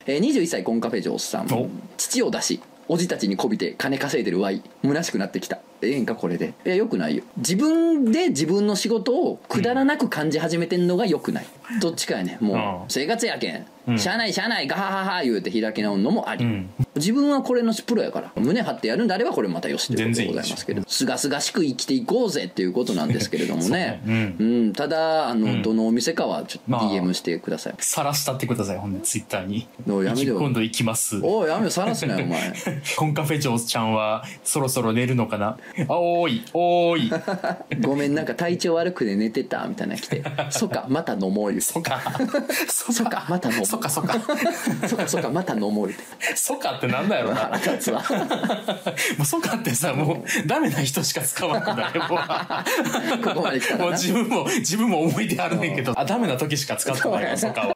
21歳コンカフェ嬢さん。父を出しおじたちにこびて金稼いでるわい、虚しくなってきた。ええんかこれで。よくないよ。自分で自分の仕事をくだらなく感じ始めてんのがよくない、どっちかやね。もう生活やけん、しゃあないしゃあないガハハハ言うて開き直るのもあり、自分はこれのプロやから胸張ってやるんであればこれまたよしということでございますけれど、すがすがしく生きていこうぜっていうことなんですけれどもねただどのお店かはちょっと DM してください。 さらしたってください。ほんでツイッターにやめてよ今度行きます。 おいやめよ、さらすなよお前コンカフェ嬢ちゃんはそろそろ寝るのかな。おーいおーいごめんなんか体調悪くて寝てたみたいなの来てそっかまた飲もう言うてそっかそっかまた飲もうそっかそっかそっかそっかまた飲もう言うてそっかってなんだよな。 腹立つわもうそっかってさ、もうダメな人しか使わんくないもうここまで来たらな。 もう自分も思い出あるねんけど、ダメな時しか使ってないよそっかは。